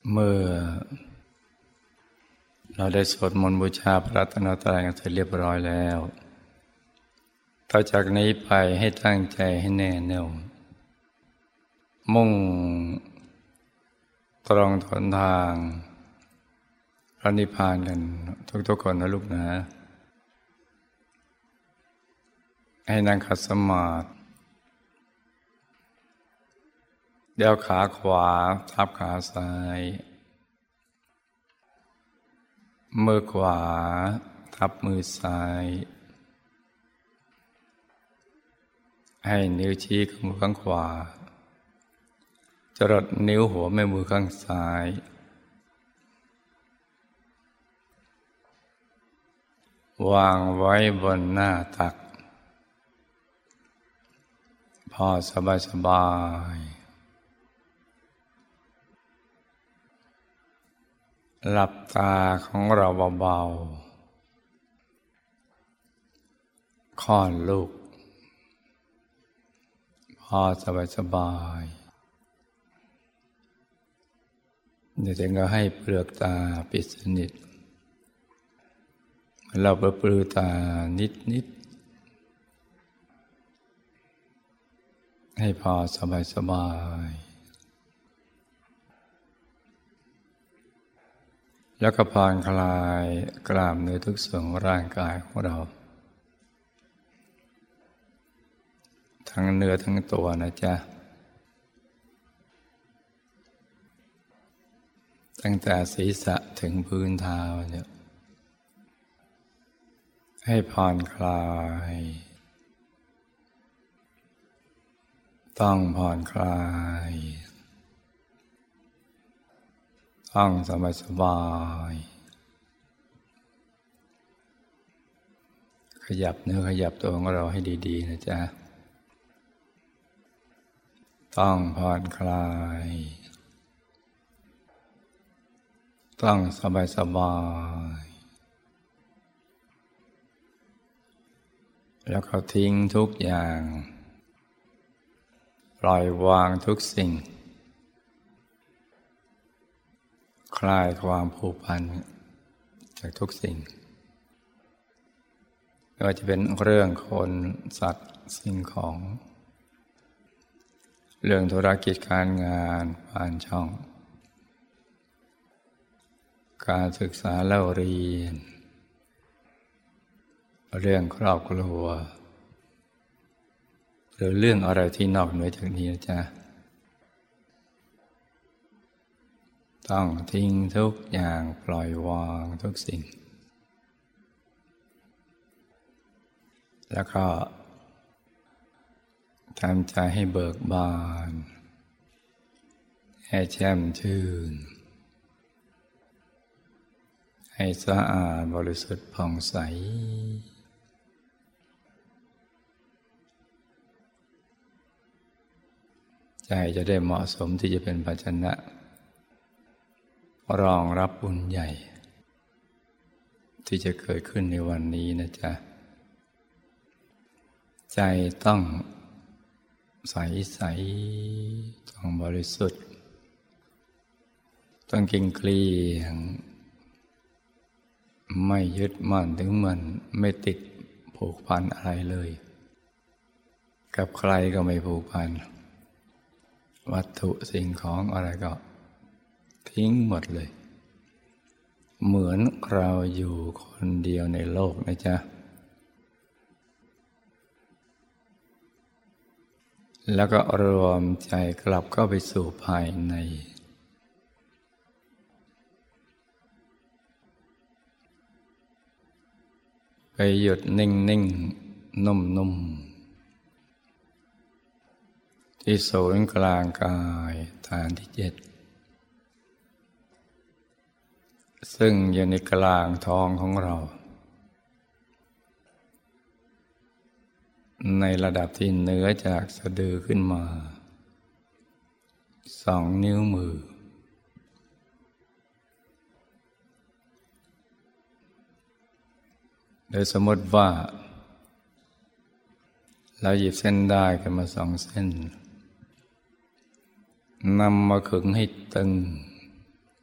เมื่อเราได้สวดมนต์บูชาพระรัตนตรัยกันเสร็จเรียบร้อยแล้วต่อจากนี้ไปให้ตั้งใจให้แน่แน่วมุ่งตรงหนทางพระนิพพานกันทุกคนนะลูกนะให้นั่งขัดสมาธิเดี๋ยวขาขวาทับขาซ้ายมือขวาทับมือซ้ายให้นิ้วชี้ของมือข้างขวาจรดนิ้วหัวแม่มือข้างซ้ายวางไว้บนหน้าตักพอสบายหลับตาของเราเบาๆค่อนลูกพอสบายเดี๋ยวก็ให้เปลือกตาปิดสนิทเราเปลือตานิดให้พอสบายแล้วก็ผ่อนคลายกล้ามเนื้อทุกส่วนของร่างกายของเราทั้งเนื้อทั้งตัวนะจ๊ะตั้งแต่ศีรษะถึงพื้นเท้าเนี่ยให้ผ่อนคลายต้องผ่อนคลายต้องสบายขยับเนื้อขยับตัวของเราให้ดีๆนะจ๊ะต้องผ่อนคลายต้องสบายแล้วก็ทิ้งทุกอย่างปล่อยวางทุกสิ่งคลายความผูกพันจากทุกสิ่งไม่ว่าจะเป็นเรื่องคนสัตว์สิ่งของเรื่องธุรกิจการงานบ้านช่องการศึกษาเล่าเรียนเรื่องครอบครัวหรือเรื่องอะไรที่นอกเหนือจากนี้นะจ๊ะต้องทิ้งทุกอย่างปล่อยวางทุกสิ่งแล้วก็ทำใจให้เบิกบานให้แช่มชื่นให้สะอาดบริสุทธิ์ผ่องใสใจจะได้เหมาะสมที่จะเป็นภาชนะรองรับบุญใหญ่ที่จะเกิดขึ้นในวันนี้นะจ๊ะใจต้องใสต้องบริสุทธิ์ต้องเกลี้ยงเกลี้ยงไม่ยึดมั่นถึงมันไม่ติดผูกพันอะไรเลยกับใครก็ไม่ผูกพันวัตถุสิ่งของอะไรก็ทิ้งหมดเลยเหมือนเราอยู่คนเดียวในโลกนะจ๊ะแล้วก็รวมใจกลับเข้าไปสู่ภายในไปหยุดนิ่งนุ่มที่ศูนย์กลางกายฐานที่7ซึ่งอยู่ในกลางท้องของเราในระดับที่เหนือจากสะดือขึ้นมา2 นิ้วมือโดยสมมติว่าเราหยิบเส้นด้ายกันมา2 เส้นนำมาขึงให้ตึง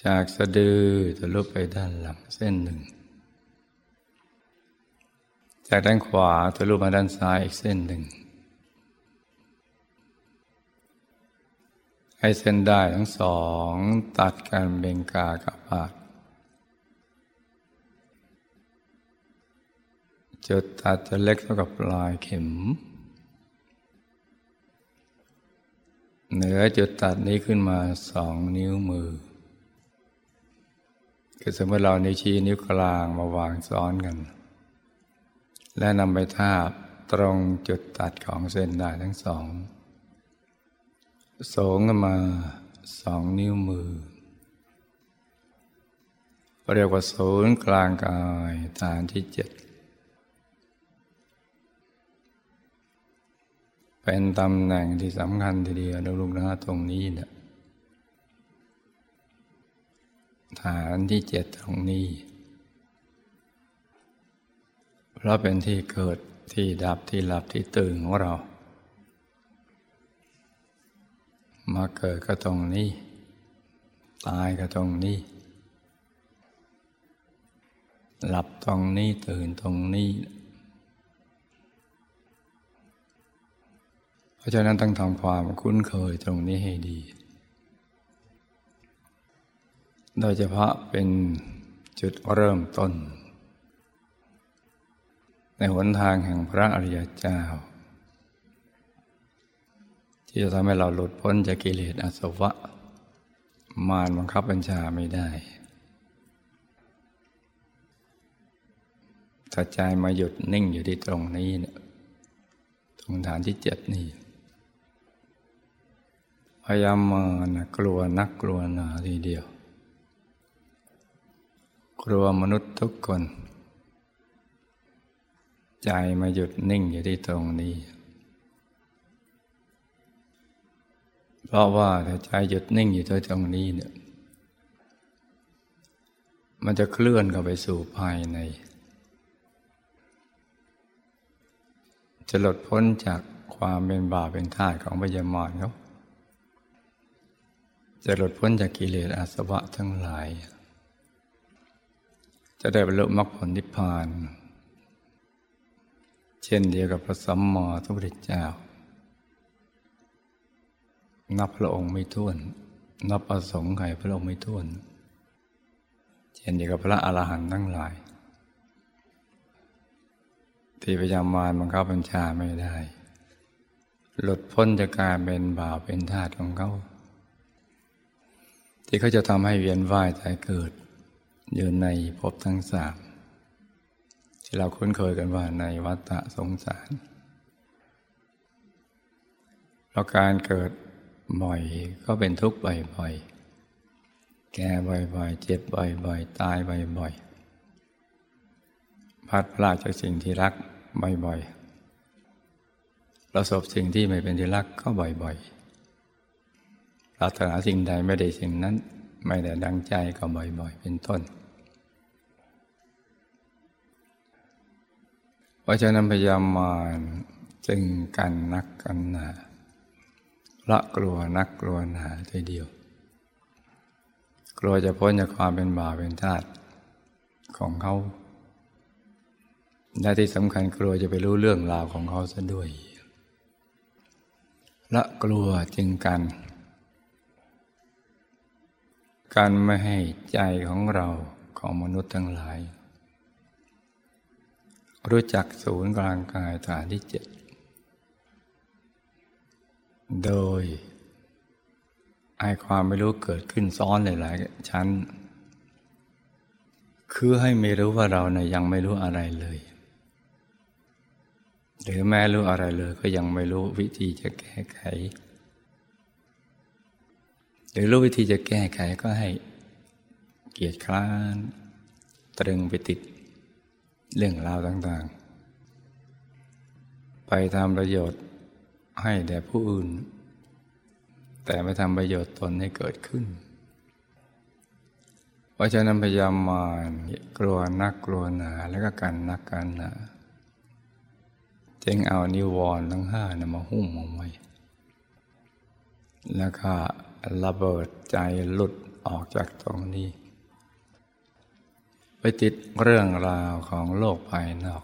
จากสะดือทะลุไปด้านหลังเส้นหนึ่งจากด้านขวาทะลุมาด้านซ้ายอีกเส้นหนึ่งให้เส้นได้ทั้งสองตัดกันเบ่งกากบาทจุดตัดจะเล็กเท่ากับปลายเข็มเหนือจุดตัดนี้ขึ้นมา2 นิ้วมือคือสมมติเรานิ้วชี้นิ้วกลางมาวางซ้อนกันและนำไปทาบตรงจุดตัดของเส้นได้ทั้งสองสูงขึ้นมา2 นิ้วมือเรียกว่าศูนย์กลางกายฐานที่ 7เป็นตำแหน่งที่สำคัญทีเดียวนะลูกนะตรงนี้เนี่ยฐานที่ 7ตรงนี้เพราะเป็นที่เกิดที่ดับที่หลับที่ตื่นของเรามาเกิดก็ตรงนี้ตายก็ตรงนี้หลับตรงนี้ตื่นตรงนี้เพราะฉะนั้นต้องทำความคุ้นเคยตรงนี้ให้ดีโดยเฉพาะเป็นจุดเริ่มต้นในหนทางแห่งพระอริยเจ้าที่จะทำให้เราหลุดพ้นจากกิเลสอาสวะมารบังคับบัญชาไม่ได้ถ้าใจมาหยุดนิ่งอยู่ที่ตรงนี้เนี่ยตรงฐานที่ 7นี่พยายามมานะกลัวนักกลัวหนาทีเดียวกลัวมนุษย์ทุกคนใจมาหยุดนิ่งอยู่ที่ตรงนี้เพราะว่าถ้าใจหยุดนิ่งอยู่ที่ตรงนี้เนี่ยมันจะเคลื่อนเข้าไปสู่ภายในจะหลุดพ้นจากความเป็นบาปเป็นทาสของพยามารเขาจะหลุดพ้นจากกิเลสอาสวะทั้งหลายจะได้บรรลุมรรคผลนิพพานเช่นเดียวกับพระสัมมาสัมพุทธเจ้านับพระองค์ไม่ถ้วนนับอสงไขยพระองค์ไม่ถ้วนเช่นเดียวกับพระอรหันต์ทั้งหลายที่พยามารบังคับบัญชาไม่ได้หลุดพ้นจากการเป็นบ่าวเป็นทาสของเขาที่เขาจะทำให้เวียนว่ายตายเกิดอยู่ในภพทั้ง3ที่เราคุ้นเคยกันว่าในวัฏสงสารเพราะการเกิดบ่อยก็เป็นทุกข์บ่อยๆแก่บ่อยๆเจ็บบ่อยๆตายบ่อยๆพลัดพรากจากสิ่งที่รักบ่อยๆประสบสิ่งที่ไม่เป็นที่รักก็บ่อยๆปรารถนาสิ่งใดไม่ได้สิ่งนั้นไม่ได้ดังใจก็บ่อยๆเป็นต้นเพราะฉะนั้นพยามารจึงกันนักกันหนาละกลัวนักกลัวหนาทีเดียวกลัวจะพ้นจากความเป็นบาปเป็นทาสของเขาและที่สำคัญกลัวจะไปรู้เรื่องราวของเขาซะด้วยละกลัวจึงกันไม่ให้ใจของเราของมนุษย์ทั้งหลายรู้จักศูนย์กลางกายฐานที่ 7โดยให้ความไม่รู้เกิดขึ้นซ้อนหลายๆชั้นคือให้ไม่รู้ว่าเราเนี่ยยังไม่รู้อะไรเลยหรือแม้รู้อะไรเลยก็ยังไม่รู้วิธีจะแก้ไขหรือรู้วิธีจะแก้ไขก็ให้เกียจคร้านตรึงไปติดเรื่องราวต่างๆไปทำประโยชน์ให้แด่ผู้อื่นแต่ไม่ทำประโยชน์ตนให้เกิดขึ้นเพราะฉะนั้นพยายามมารกลัวนักกลัวหนาแล้วก็กันนักกันหนาจึงเอานิวรณ์ทั้ง5มาหุ้มเอาไว้แล้วก็ระเบิดใจหลุดออกจากตรงนี้ไปติดเรื่องราวของโลกภายนอก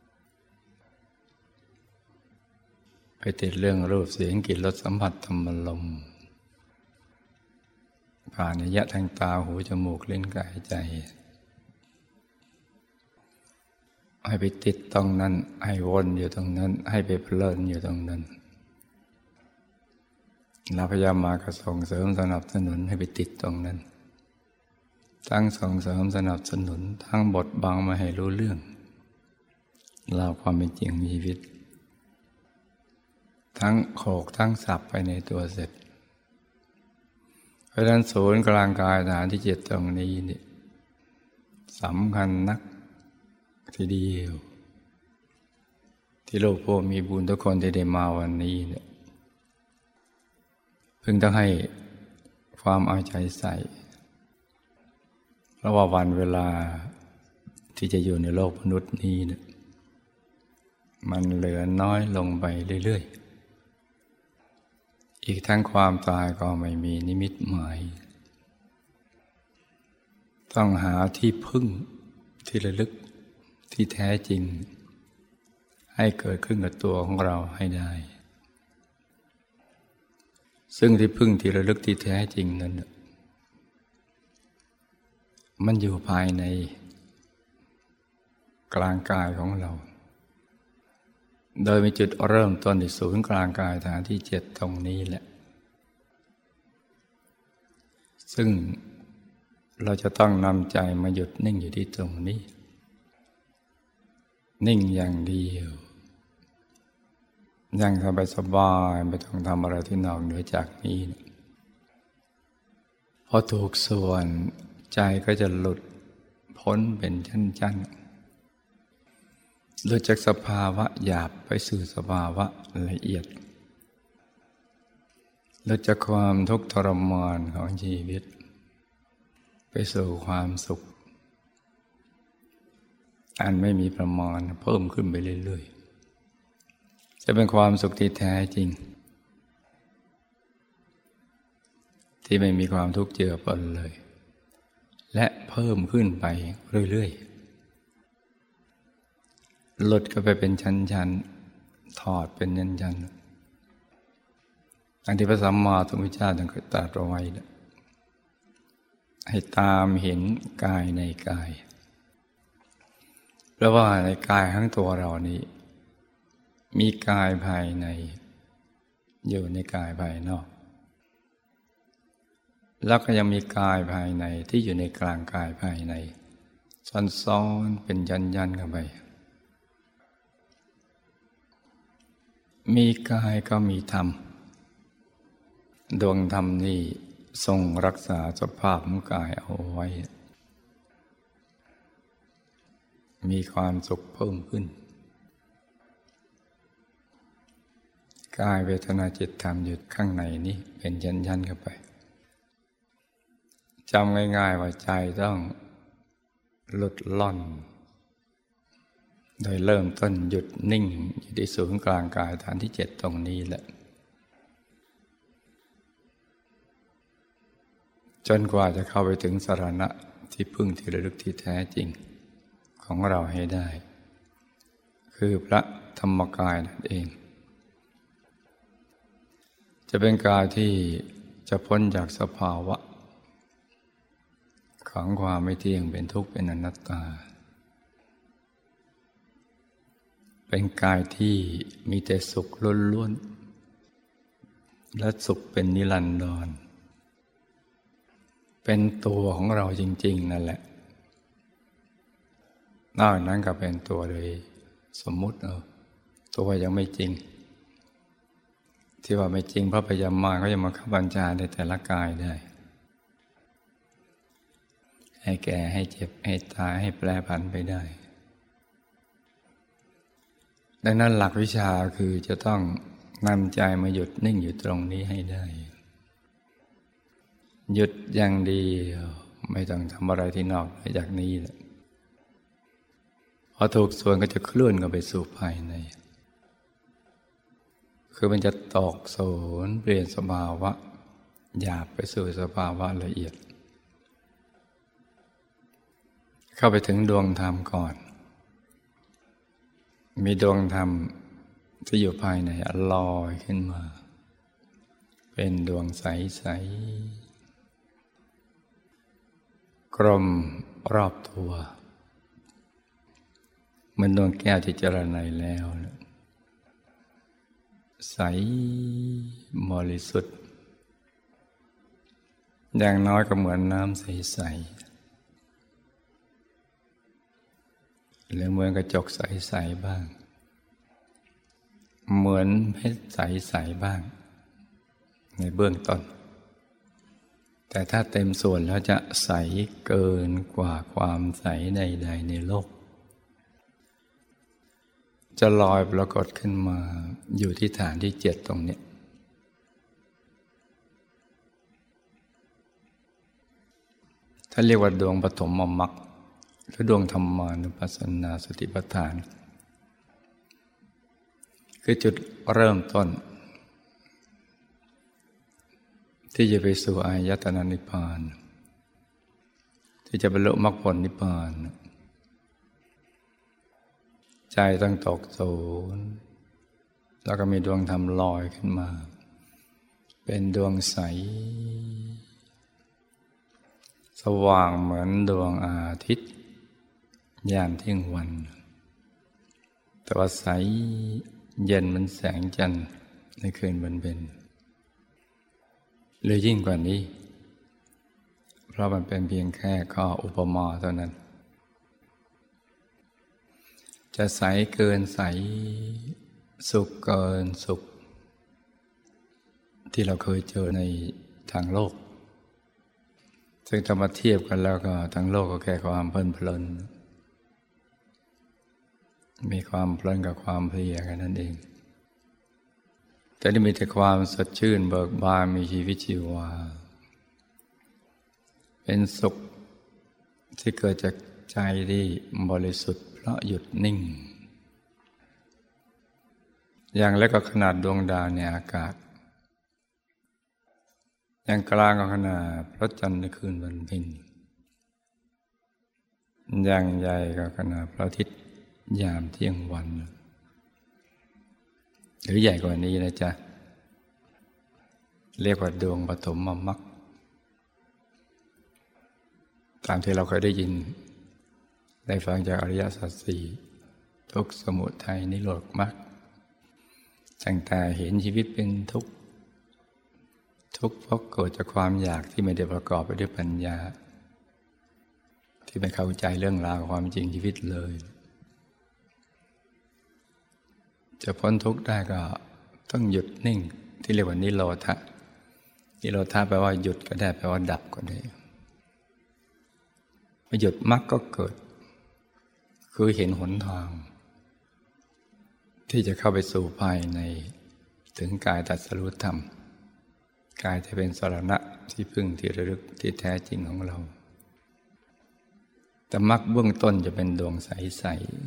ไปติดเรื่องรูปเสียงกลิ่นรสสัมผัสธรรมลมผ่านนัยยะทางตาหูจมูกลิ้นกายใจให้ไปติดตรงนั้นให้วนอยู่ตรงนั้นให้ไปเพลินอยู่ตรงนั้นเราพยายามมากระส่งเสริมสนับสนุนให้ไปติดตรงนั้นทั้งส่งเสริมสนับสนุนทั้งบดบังมาให้รู้เรื่องเล่าความเป็นจริงมีชีวิตทั้งโขกทั้งสับไปในตัวเสร็จเพราะฉะนั้นศูนย์กลางกายฐานที่7ตรงนี้นี่สำคัญนักทีเดียวที่โลกผู้มีบุญทุกคนที่ได้มาวันนี้เนี่ยเพิ่งต้องให้ความเอาใจใส่เพราะว่าวันเวลาที่จะอยู่ในโลกมนุษย์นี้เนี่ยมันเหลือน้อยลงไปเรื่อยๆอีกทั้งความตายก็ไม่มีนิมิตหมายต้องหาที่พึ่งที่ระลึกที่แท้จริงให้เกิดขึ้นกับตัวของเราให้ได้ซึ่งที่พึ่งที่ระลึกที่แท้จริงนั้นมันอยู่ภายในกลางกายของเราโดยมีจุดเริ่มต้นที่ศูนย์กลางกายฐานที่7ตรงนี้แหละซึ่งเราจะต้องนำใจมาหยุดนิ่งอยู่ที่ตรงนี้นิ่งอย่างเดียวยังสบายๆไม่ต้องทำอะไรที่นอกเหนือจากนี้พอถูกส่วนใจก็จะหลุดพ้นเป็นชั้นๆหลุดจากสภาวะหยาบไปสู่สภาวะละเอียดหลุดจากความทุกข์ทรมานของชีวิตไปสู่ความสุขอันไม่มีประมาณเพิ่มขึ้นไปเรื่อยๆจะเป็นความสุขที่แท้จริงที่ไม่มีความทุกข์เจือปนเลยและเพิ่มขึ้นไปเรื่อยๆลดก็ไปเป็นชั้นๆถอดเป็นชั้นๆอันที่พระสัมมาสัมพุทธเจ้าท่านตรัสเอาไว้ให้ตามเห็นกายในกายเพราะว่าในกายทั้งตัวเรานี้มีกายภายในอยู่ในกายภายนอกแล้วก็ยังมีกายภายในที่อยู่ในกลางกายภายในซ้อนๆเป็นยันๆกันไปมีกายก็มีธรรมดวงธรรมนี่ทรงรักษาสภาพของกายเอาไว้มีความสุขเพิ่มขึ้นกายเวทนาจิตธรรมอยู่ข้างในนี้เป็นยันๆกันไปจำง่ายๆว่าใจต้องหลุดล่อนโดยเริ่มต้นหยุดนิ่งอยู่ที่ศูนย์กลางกายฐานที่7ตรงนี้แหละจนกว่าจะเข้าไปถึงสรณะที่พึ่งที่ระลึกที่แท้จริงของเราให้ได้คือพระธรรมกายนั่นเองจะเป็นกายที่จะพ้นจากสภาวะของความไม่เที่ยงเป็นทุกข์เป็นอนัตตาเป็นกายที่มีแต่สุขล้วนๆและสุขเป็นนิรันดรเป็นตัวของเราจริงๆนั่นแหละนอกนั้นก็เป็นตัวโดยสมมุติตัวยังไม่จริงที่ว่าไม่จริงเพราะพยามารเขาจะมาขับบัญชาในแต่ละกายได้ให้แก่ให้เจ็บให้ตายให้แปรผันไปได้ดังนั้นหลักวิชาคือจะต้องนำใจมาหยุดนิ่งอยู่ตรงนี้ให้ได้หยุดอย่างเดียวไม่ต้องทำอะไรที่นอกจากนี้แหละพอถูกส่วนก็จะเคลื่อนกันไปสู่ภายในคือมันจะตอกโสนเปลี่ยนสภาวะหยาบไปสู่สภาวะละเอียดเข้าไปถึงดวงธรรมก่อนมีดวงธรรมที่อยู่ภายในลอยขึ้นมาเป็นดวงใสๆกลมรอบตัวเหมือนดวงแก้วที่เจริญในแล้วใสบริสุทธิ์อย่างน้อยก็เหมือนน้ำใสๆหรือเหมือนกระจกใสๆบ้างเหมือนเพชรใสๆบ้างในเบื้องต้นแต่ถ้าเต็มส่วนแล้วจะใสเกินกว่าความใสใดๆในโลกจะลอยปรากฏขึ้นมาอยู่ที่ฐานที่7ตรงนี้ถ้าเรียกว่าดวงปฐมมรรคหรือดวงธรรมานุปัสสนาสติปัฏฐานคือจุดเริ่มต้นที่จะไปสู่อายตนะนิพพานที่จะบรรลุมรรคผลนิพพานใจต้องตกศูนย์แล้วก็มีดวงธรรมลอยขึ้นมาเป็นดวงใสสว่างเหมือนดวงอาทิตย์ยามเที่ยงวันแต่ว่าใสเย็นเหมือนแสงจันทร์ในคืนวันเพ็ญหรือยิ่งกว่านี้เพราะมันเป็นเพียงแค่ข้ออุปมาเท่านั้นจะใสเกินใสสุขเกินสุขที่เราเคยเจอในทางโลกซึ่งถ้ามาเทียบกันแล้วก็ทั้งโลกก็แค่ความเพลินมีความเพลินกับความเพลียกันนั่นเองแต่ที่มีแต่ความสดชื่นเบิกบานมีชีวิตชีวาเป็นสุขที่เกิดจากใจที่บริสุทธิ์เพราะหยุดนิ่งอย่างเล็กก็ขนาดดวงดาวในอากาศอย่างกลางก็ขนาดพระจันทร์ในคืนวันเพ็ญอย่างใหญ่ก็ขนาดพระอาทิตย์ยามเที่ยงวันหรือใหญ่กว่านี้นะจ๊ะเรียกว่าดวงปฐมมรรคตามที่เราเคยได้ยินได้ฟังจากอริยสัจสี่ทุกข์สมุทัยนิโรธมรรคตั้งแต่เห็นชีวิตเป็นทุกข์เพราะเกิดจากความอยากที่ไม่ได้ประกอบไปด้วยปัญญาที่ไม่เข้าใจเรื่องราวความจริงชีวิตเลยจะพ้นทุกข์ได้ก็ต้องหยุดนิ่งที่เรียกว่านิโรธะนิโรธะแปลว่าหยุดก็ได้แปลว่าดับก็ได้พอหยุดมรรคก็เกิดคือเห็นหนทางที่จะเข้าไปสู่ภายในถึงกายตรัสรู้ธรรมกายจะเป็นสรณะที่พึ่งที่ระลึกที่แท้จริงของเราแต่มรรคเบื้องต้นจะเป็นดวงใส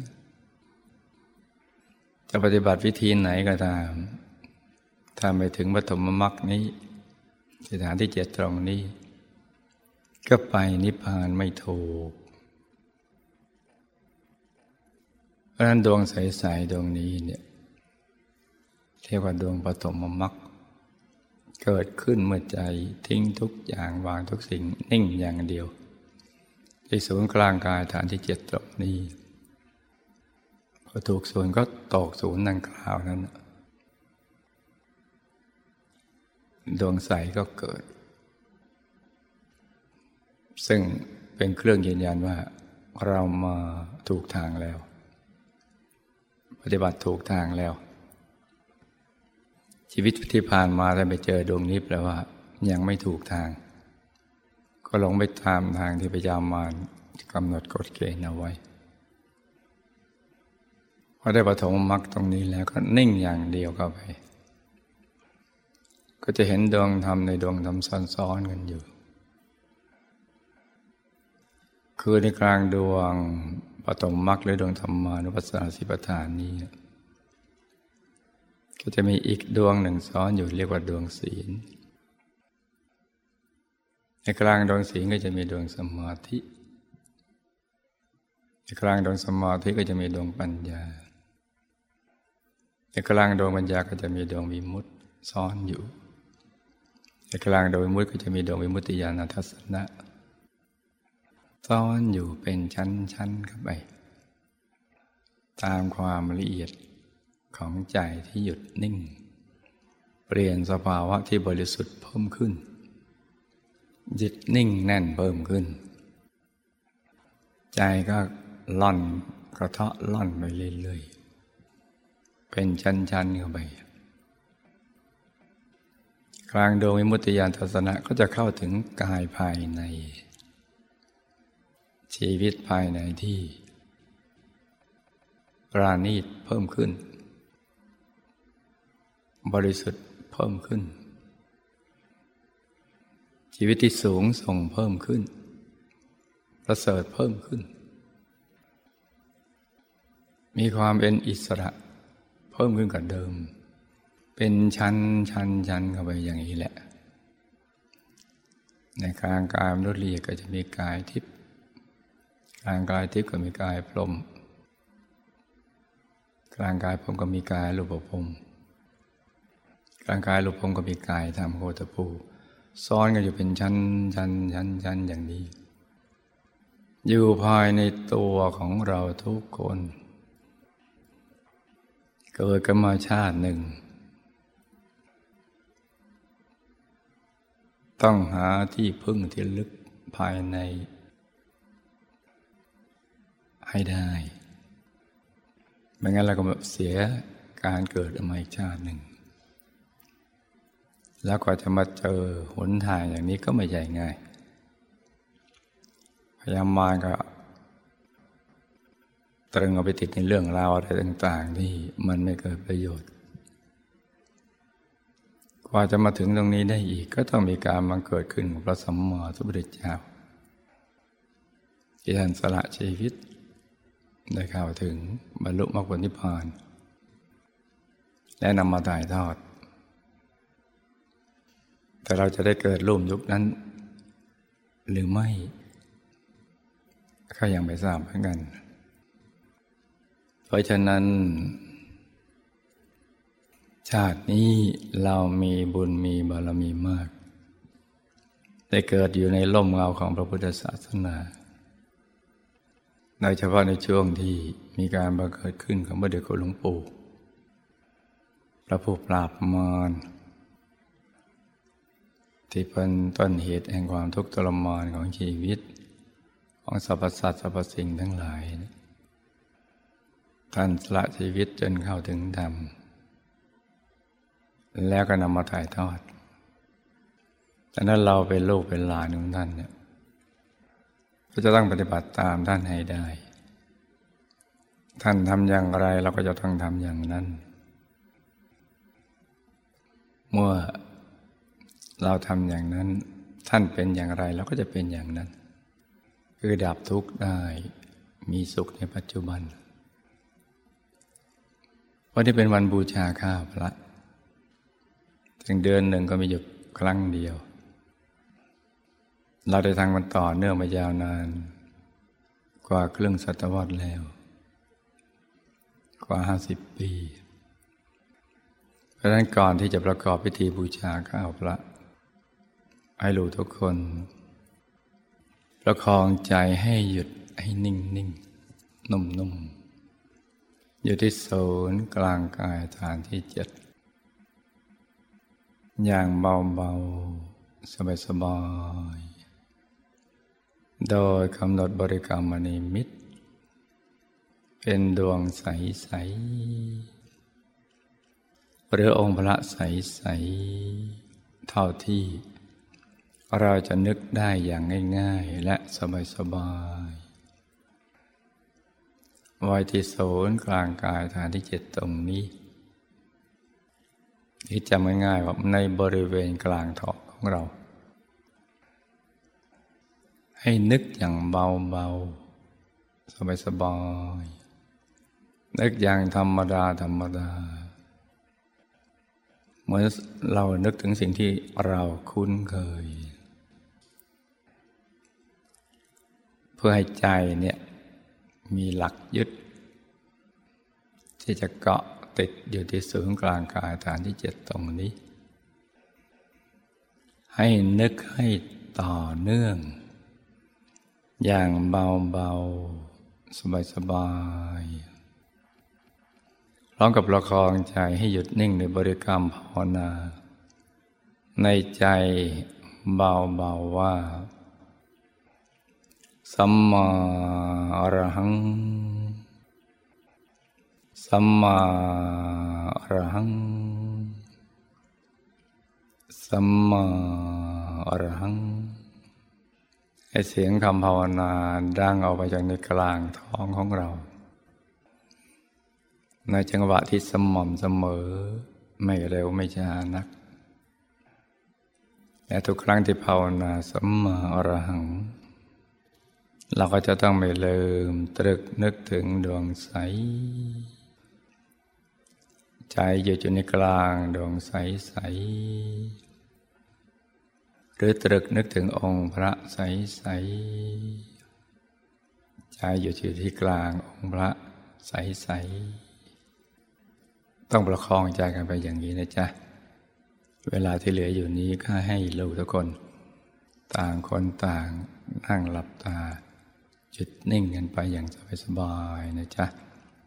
ๆจะปฏิบัติวิธีไหนก็ตามถ้าไปถึงปฐมมรรคนี้สถานที่7ตรงนี้ก็ไปนิพพานไม่ถูกเพราะฉะนั้นดวงใสๆดวงนี้เนี่ยเรียกว่าดวงปฐมมรรคเกิดขึ้นเมื่อใจทิ้งทุกอย่างวางทุกสิ่งนิ่งอย่างเดียวที่ศูนย์กลางกายฐานที่7ตรงนี้พอถูกศูนย์ก็ตกศูนย์ดังกล่าวนั้นดวงใสก็เกิดซึ่งเป็นเครื่องยืนยันว่าเรามาถูกทางแล้วปฏิบัติถูกทางแล้วชีวิตที่ผ่านมาถ้าไปเจอดวงนี้แปลว่ายังไม่ถูกทางก็หลงไปตามทางที่พยามารกำหนดกฎเกณฑ์เอาไว้พอได้ปฐมมรรคตรงนี้แล้วก็นิ่งอย่างเดียวเข้าไปก็จะเห็นดวงธรรมในดวงธรรมซ้อนๆกันอยู่คือในกลางดวงปฐมมรรคหรือดวงธรรมานุปัสสนาสติปัฏฐานนี้ก็จะมีอีกดวงหนึ่งซ้อนอยู่เรียกว่าดวงศีลในกลางดวงศีลก็จะมีดวงสมาธิในกลางดวงสมาธิก็จะมีดวงปัญญาในกลางดวงปัญญาก็จะมีดวงวิมุตติซ่อนอยู่ในกลางดวงวิมุตติก็จะมีดวงวิมุตติญาณทัศนะซ่อนอยู่เป็นชั้นๆเข้าไปตามความละเอียดของใจที่หยุดนิ่งเปลี่ยนสภาวะที่บริสุทธิ์เพิ่มขึ้นจิตนิ่งแน่นเพิ่มขึ้นใจก็ล่อนกระเทาะล่อนไปเรื่อยๆเป็นชั้นๆเข้าไปกลางดวงวิมุตติญาณทัศนะก็จะเข้าถึงกายภายในชีวิตภายในที่ปราณีตเพิ่มขึ้นบริสุทธิ์เพิ่มขึ้นชีวิตที่สูงส่งเพิ่มขึ้นประเสริฐเพิ่มขึ้นมีความเป็นอิสระเพิ่มขึ้นกว่าเดิมเป็นชั้นเข้าไปอย่างนี้แหละในกลางกายมนุษย์ละเอียดก็จะมีกายทิพย์กลางกายทิพย์ก็มีกายพรหมกลางกายพรหมก็มีกายรูปพรหมกลางกายรูปพรหมก็มีกายธรรมโคตภูซ้อนกันอยู่เป็นชั้นอย่างนี้อยู่ภายในตัวของเราทุกคนเกิดกันมาชาติหนึ่งต้องหาที่พึ่งที่ลึกภายในให้ได้ไม่งั้นเราก็เสียการเกิดมาอีกชาติหนึ่งแล้วกว่าจะมาเจอหนทางอย่างนี้ก็ไม่ใช่ง่ายพยายามมารก็ตรึงเอาไปติดในเรื่องราวอะไรต่างๆที่มันไม่เกิดประโยชน์กว่าจะมาถึงตรงนี้ได้อีกก็ต้องมีการบังเกิดขึ้นของพระสัมมาสัมพุทธเจ้าที่ท่านสละชีวิตได้เข้าถึงบรรลุมรรคผลนิพพานและนำมาถ่ายทอดแต่เราจะได้เกิดร่วมยุคนั้นหรือไม่ก็ยังไม่ทราบเหมือนกันเพราะฉะนั้นชาตินี้เรามีบุญมีบารมีมากได้เกิดอยู่ในร่มเงาของพระพุทธศาสนาโดยเฉพาะในช่วงที่มีการบังเกิดขึ้นของพระเดชคุณหลวงปู่พระผู้ปราบมารที่เป็นต้นเหตุแห่งความทุกข์ทรมานของชีวิตของสรรพสัตว์สรรพสิ่งทั้งหลายท่านสละชีวิตจนเข้าถึงธรรมแล้วก็นำมาถ่ายทอดดังนั้นเราเป็นลูกเป็นหลานของท่านเนี่ยก็จะต้องปฏิบัติตามท่านให้ได้ท่านทำอย่างไรเราก็จะต้องทำอย่างนั้นเมื่อเราทำอย่างนั้นท่านเป็นอย่างไรเราก็จะเป็นอย่างนั้นคือดับทุกข์ได้มีสุขในปัจจุบันวันนี้เป็นวันบูชาข้าพระถึงเดือนหนึ่งก็มีอยู่ครั้งเดียวเราได้ทำมันต่อเนื่องมายาวนานกว่าครึ่งศตวรรษแล้วกว่า50 ปีเพราะฉะนั้นก่อนที่จะประกอบพิธีบูชาข้าพระให้รู้ทุกคนประคองใจให้หยุดให้นิ่งนุ่มอยู่ที่ศูนย์กลางกายฐานที่7อย่างเบาๆสบายๆโดยกำหนดบริกรรมนิมิตเป็นดวงใสๆหรือองค์พระใสๆเท่าที่เราจะนึกได้อย่างง่ายๆและสบายๆไว้ที่ศูนย์กลางกายฐานที่7ตรงนี้ที่จำง่ายๆว่าในบริเวณกลางท้องของเราให้นึกอย่างเบาๆสบายๆนึกอย่างธรรมดาเหมือนเรานึกถึงสิ่งที่เราคุ้นเคยเพื่อให้ใจเนี่ยมีหลักยึดที่จะเกาะติดอยู่ที่ศูนย์กลางกายฐานที่7ตรงนี้ให้นึกให้ต่อเนื่องอย่างเบาๆสบายๆพร้อมกับประคองใจให้หยุดนิ่งในบริกรรมภาวนาในใจเบาๆว่าสัมมาอรหังสัมมาอรหังสัมมาอรหังให้เสียงคำภาวนาดังออกไปจากในกลางท้องของเราในจังหวะที่สม่ำเสมอไม่เร็วไม่ช้านักและทุกครั้งที่ภาวนาสัมมาอรหังเราก็จะต้องไม่ลืมตรึกนึกถึงดวงใสใจอยู่ในกลางดวงใสๆหรือตรึกนึกถึงองค์พระใสๆใจอยู่ที่กลางองค์พระใสๆต้องประคองใจกันไปอย่างนี้นะจ๊ะเวลาที่เหลืออยู่นี้ก็ให้ลูกทุกคนต่างคนต่างนั่งหลับตาจุดนิ่งกันไปอย่างสบายๆนะจ๊ะ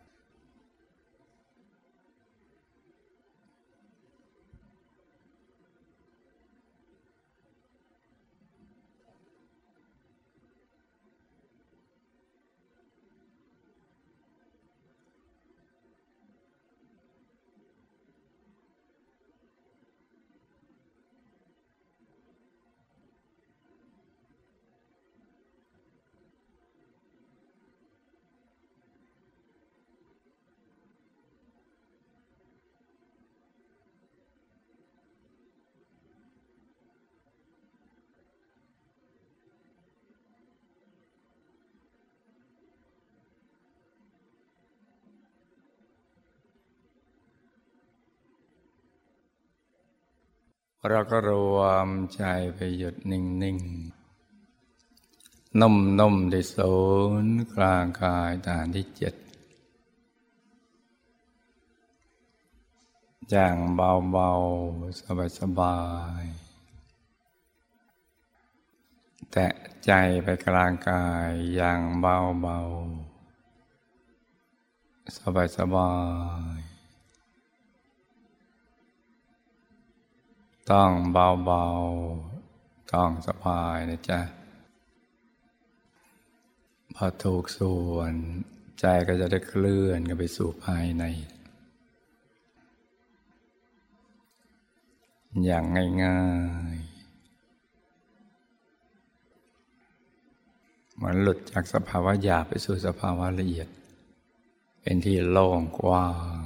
เราก็รวมใจไปหยุดนิ่งๆนุ่มๆที่ศูนย์กลางกายฐานที่7อย่างเบาๆสบายๆแตะใจไปกลางกายอย่างเบาๆสบายๆต้องเบาๆต้องสบายนะจ๊ะพอถูกส่วนใจก็จะได้เคลื่อนกันไปสู่ภายในอย่างง่ายๆเหมือนหลุดจากสภาวะหยาบไปสู่สภาวะละเอียดเป็นที่โล่งกว้าง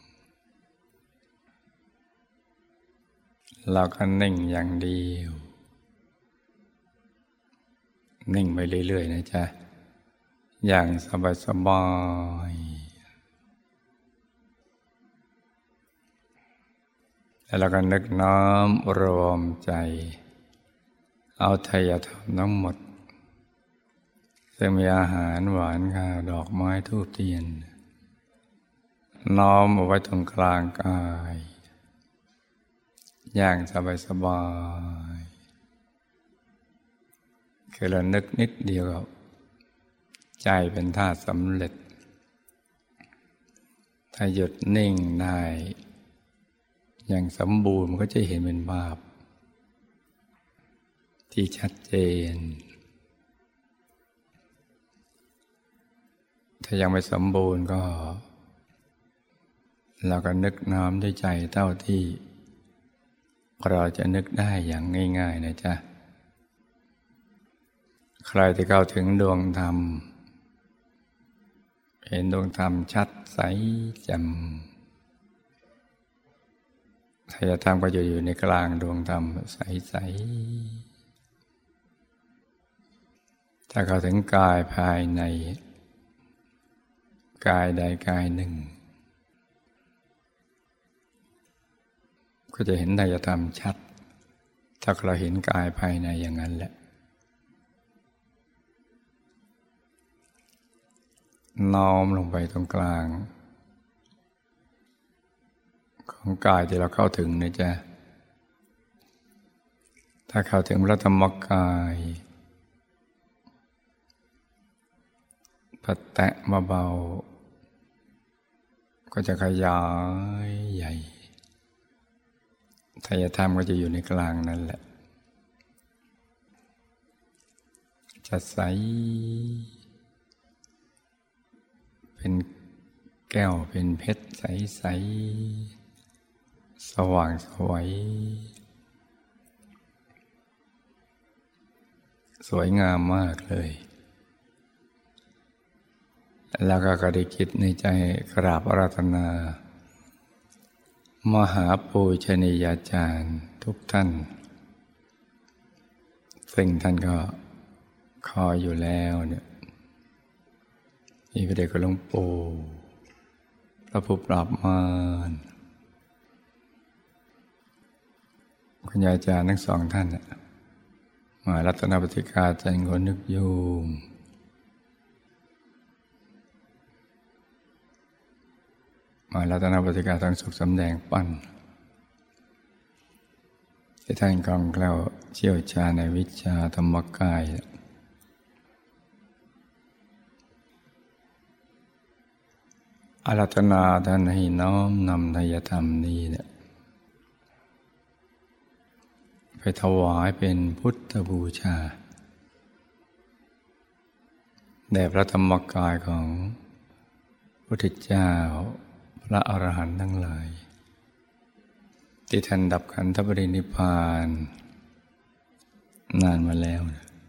เราก็นิ่งอย่างเดียวนิ่งไปเรื่อยๆนะจ๊ะอย่างสบายๆแล้วเราก็นึกน้อมรวมใจเอาไตรธรรมทั้งหมดซึ่งมีอาหารหวานข้าวดอกไม้ธูปเทียนน้อมเอาไว้ตรงกลางกายอย่างสบายๆคือเรานึกนิดเดียวใจเป็นธาตุสำเร็จถ้าหยุดนิ่งได้อย่างสมบูรณ์มันก็จะเห็นเป็นภาพที่ชัดเจนถ้ายังไม่สมบูรณ์ก็เราก็นึกน้อมด้วยใจเท่าที่เราจะนึกได้อย่างง่ายๆนะจ๊ะใครที่เข้าถึงดวงธรรมเห็นดวงธรรมชัดใสแจ่มไตรธรรมก็อยู่ในกลางดวงธรรมใสๆถ้าเข้าถึงกายภายในกายใดกายหนึ่งก็จะเห็นไตรธรรมชัดถ้าเราเห็นกายภายในอย่างนั้นแหละน้อมลงไปตรงกลางของกายที่เราเข้าถึงนะจ๊ะถ้าเข้าถึงพระธรรมกายพัดแตะมาเบาก็จะขยายใหญ่ไตรธรรมก็จะอยู่ในกลางนั่นแหละจะใสเป็นแก้วเป็นเพชรใสๆสว่างไสวยสวยงามมากเลยแล้วก็ได้คิดในใจกราบอาราธนามหาปูชนียาจารย์ทุกท่านซึ่งท่านก็คอยอยู่แล้วเนี่ยมีพระเดชคุณหลวงปู่พระผู้ปราบมารคุณยายอาจารย์ทั้งสองท่านมหารัตนปฏิกาจันทร์คนนึกยูงมหารัตนปฏิกาทางสุขสำแดงปั้นที่ท่านคล่องแคล่วเชี่ยวชาญในวิชาธรรมกายอาราธนาท่านให้น้อมนำไตรธรรมนี้เนี่ยไปถวายเป็นพุทธบูชาแด่พระธรรมกายของพระพุทธเจ้าพระอรหันต์ทั้งหลายที่ท่านดับขันธปรินิพพานนานมาแล้ว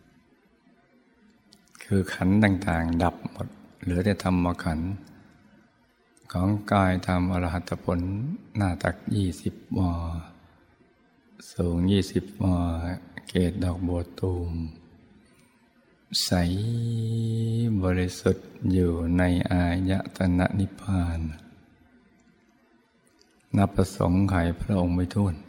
คือขันธ์ต่างๆดับหมดเหลือแต่ธรรมขันธ์ของกายธรรมอรหัตผลหน้าตัก20 วาสูง20 วาเกศดอกบัวตูมใสบริสุทธิ์อยู่ในอายตนะนิพพานนับประสงค์ไขพระองค์ไม่ถ้วน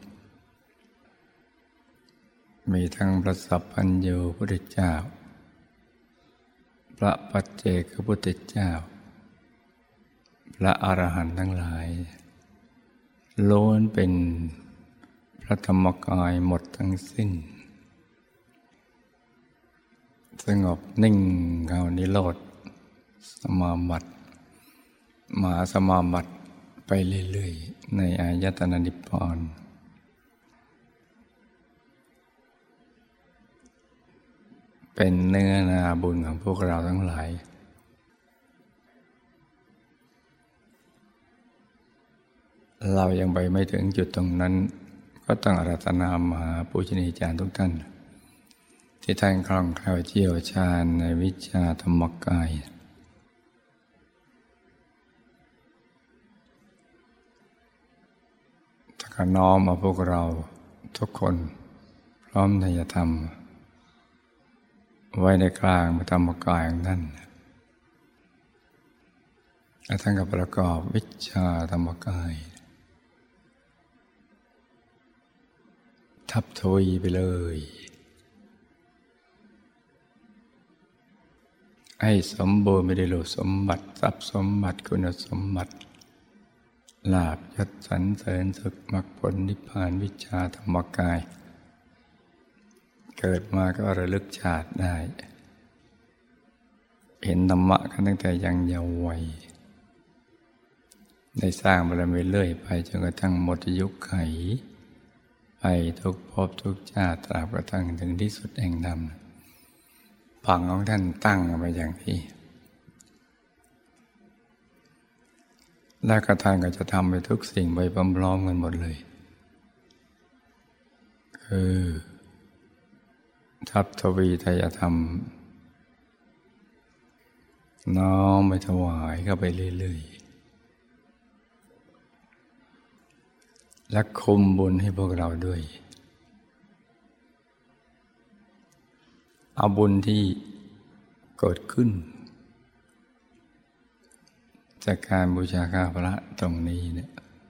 มีทั้งพระสัพพัญญูพุทธเจ้าพระปัจเจกพุทธเจ้าพระอรหันต์ทั้งหลายล้วนเป็นพระธรรมกายหมดทั้งสิ้นสงบนิ่งเข้านิโรธสมาบัติมหาสมาบัติไปเรื่อยๆในอายตนะนิพพานเป็นเนื้อนาบุญของพวกเราทั้งหลายเรายังไปไม่ถึงจุดตรงนั้นก็ต้องอาราธนามหาปูชนียาจารย์ทุกท่านที่ท่านคล่องแคล่วเชี่ยวชาญในวิชาธรรมกายถ้าก็น้อมเอาพวกเราทุกคนพร้อมไตรธรรมไว้ในกลางพระธรรมกายของท่านและท่านก็ประกอบวิชาธรรมกายทับทวีไปเลยให้สมบูรณ์ไม่ได้โลภสมบัติทรัพย์สมบัติคุณสมบัติลาภยศสรรเสริญสุขมรรคผลนิพพานวิชาธรรมกายเกิดมาก็ระลึกชาติได้เห็นธรรมะกันตั้งแต่ยังเยาว์วัยได้สร้างบารมีเรื่อยไปจนกระทั่งหมดอายุไขไปทุกภพทุกชาติตราบกระทั่งถึงที่สุดแห่งธรรมผังของท่านตั้งมาอย่างที่และกระท่านก็จะทำไปทุกสิ่งไปพร้อมๆกันหมดเลยคือทัพทวีไตรธรรมน้อมไปถวายเข้าไปเรื่อยๆและคุมบุญให้พวกเราด้วยเอาบุญที่เกิดขึ้นจากการบูชาข้าพระตรงนี้เนี่ย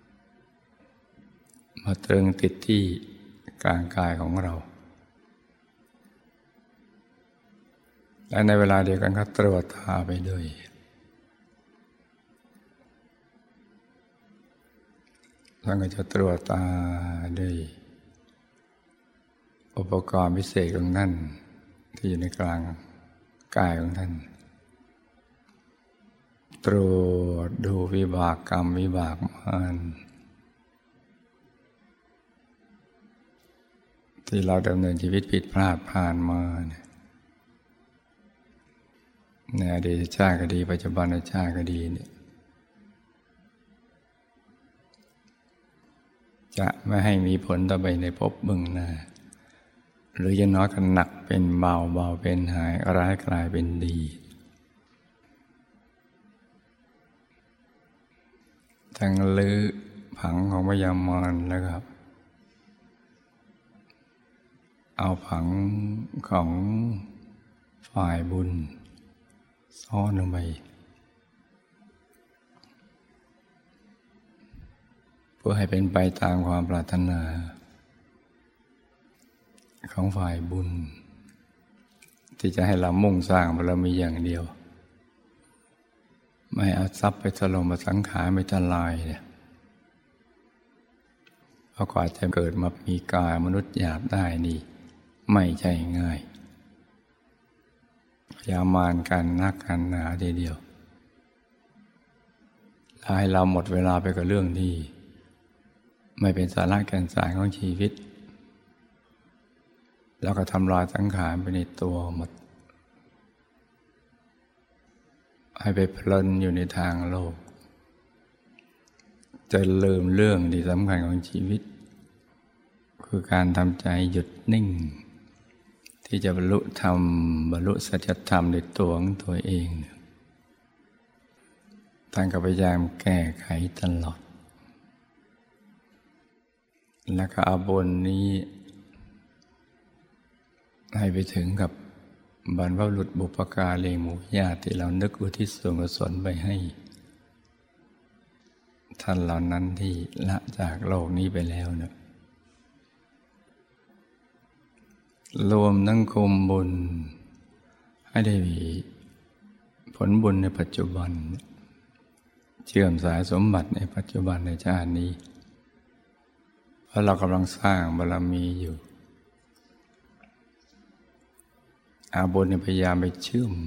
มาตรึงติดที่กลางกายของเราและในเวลาเดียวกันก็ตรวจตาไปด้วยท่านก็จะตรวจตาด้วยอุปกรณ์พิเศษของท่านที่อยู่ในกลางกายของท่านตรวจดูวิบากกรรมวิบากมารที่เราดำเนินชีวิตผิดพลาดผ่านมาในอดีตชาติก็ดีปัจจุบันชาติก็ดีเนี่ยจะไม่ให้มีผลต่อไปในภพเบื้องหน้าหรืออย่างน้อยก็หนักเป็นเบาเบาเป็นหายร้ายกลายเป็นดีทั้งลื้อผังของพยามารแล้วครับเอาผังของฝ่ายบุญซ่อนลงไปเพื่อให้เป็นไปตามความปรารถนาของฝ่ายบุญที่จะให้เรามุ่งสร้างบารมีอย่างเดียวไม่เอาทรัพย์ไปถล่มสังขารไปทลายเนี่ยเพราะกว่าจะเกิดมามีกายมนุษย์หยาบได้นี่ไม่ใช่ง่ายพยามารกันนักกันหนาทีเดียวให้เราหมดเวลาไปกับเรื่องที่ไม่เป็นสาระแก่นสารของชีวิตแล้วก็ทำลายสังขารไปในตัวหมดให้ไปเพลินอยู่ในทางโลกจะลืมเรื่องที่สำคัญของชีวิตคือการทำใจหยุดนิ่งที่จะบรรลุธรรมบรรลุสัจธรรมในตัวของตัวเองท่านก็พยายามแก้ไขตลอดแล้วก็เอาบุญนี้ให้ไปถึงกับบรรพบุรุษบุพการีหมู่ญาติที่เรานึกอุทิศส่วนกุศลไปให้ท่านเหล่านั้นที่ละจากโลกนี้ไปแล้วเนี่ยรวมทั้งคุมบุญให้ได้มีผลบุญในปัจจุบันเชื่อมสายสมบัติในปัจจุบันในชาตินี้เพราะเรากำลังสร้างบารมีอยู่อาบุญพยายามไปเชื่อม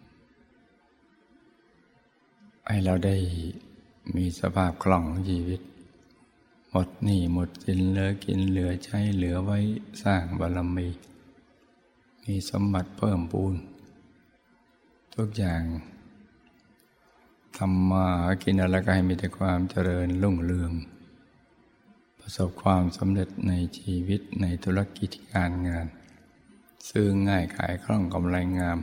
ให้เราได้มีสภาพคล่องของชีวิตหมดหนี้หมดสินเหลือกินเหลือใช้เหลือไว้สร้างบารมีมีสมบัติเพิ่มพูนทุกอย่างทำมาหากินอะไรก็ให้มีแต่ความเจริญรุ่งเรืองประสบความสำเร็จในชีวิตในธุรกิจการงานซื้อง่ายขายคล่องกำไรงาม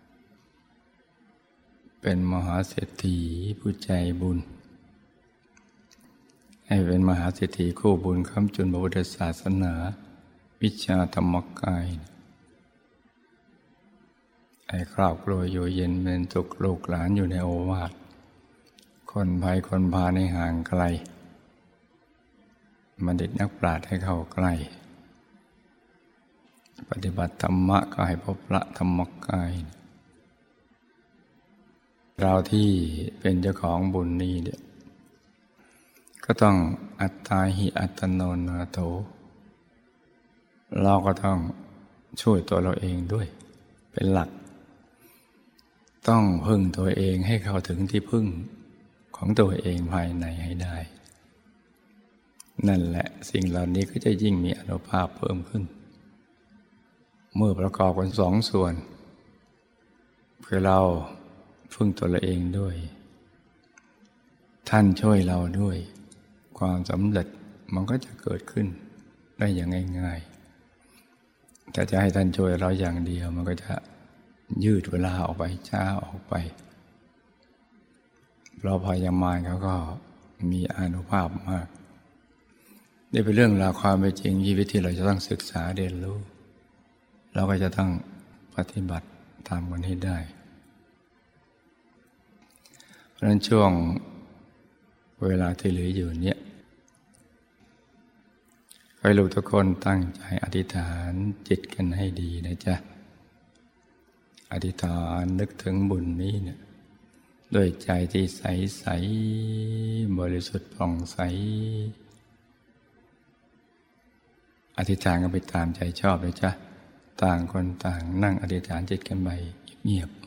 เป็นมหาเศรษฐีผู้ใจบุญให้เป็นมหาเศรษฐีคู่บุญค้ำจุนพระพุทธศาสนาวิชาธรรมกายให้ครอบครัวอยู่เย็นเป็นสุขลูกหลานอยู่ในโอวาทคนภัยคนพาในห่างไกลบัณฑิตนักปราชญ์ให้เข้าใกล้ปฏิบัติธรรมะก็ให้พบพระธรรมกายเราที่เป็นเจ้าของบุญนี้เนี่ยก็ต้องอัตตาหิอัตโนนาโถเราก็ต้องช่วยตัวเราเองด้วยเป็นหลักต้องพึ่งตัวเองให้เข้าถึงที่พึ่งของตัวเองภายในให้ได้นั่นแหละสิ่งเหล่านี้ก็จะยิ่งมีอานุภาพเพิ่มขึ้นเมื่อประกอบกันสองส่วนคือเราพึ่งตัวเราเองด้วยท่านช่วยเราด้วยความสำเร็จมันก็จะเกิดขึ้นได้อย่างง่ายๆแต่จะให้ท่านช่วยเราอย่างเดียวมันก็จะยืดเวลาออกไปช้าออกไปเพราะพยามารเขาก็มีอานุภาพมากนี่เป็นเรื่องราวความเป็นจริงชีวิตที่เราจะต้องศึกษาเรียนรู้เราก็จะต้องปฏิบัติตามกันให้ได้เพราะฉะนั้นช่วงเวลาที่เหลืออยู่เนี่ยให้ลูกทุกคนตั้งใจอธิษฐานจิตกันให้ดีนะจ๊ะอธิษฐานนึกถึงบุญนี้เนี่ยด้วยใจที่ใสๆบริสุทธิ์ผ่องใสอธิษฐานกันไปตามใจชอบเลยจ้ะต่างคนต่างนั่งอธิษฐานจิตกันไปเงียบๆ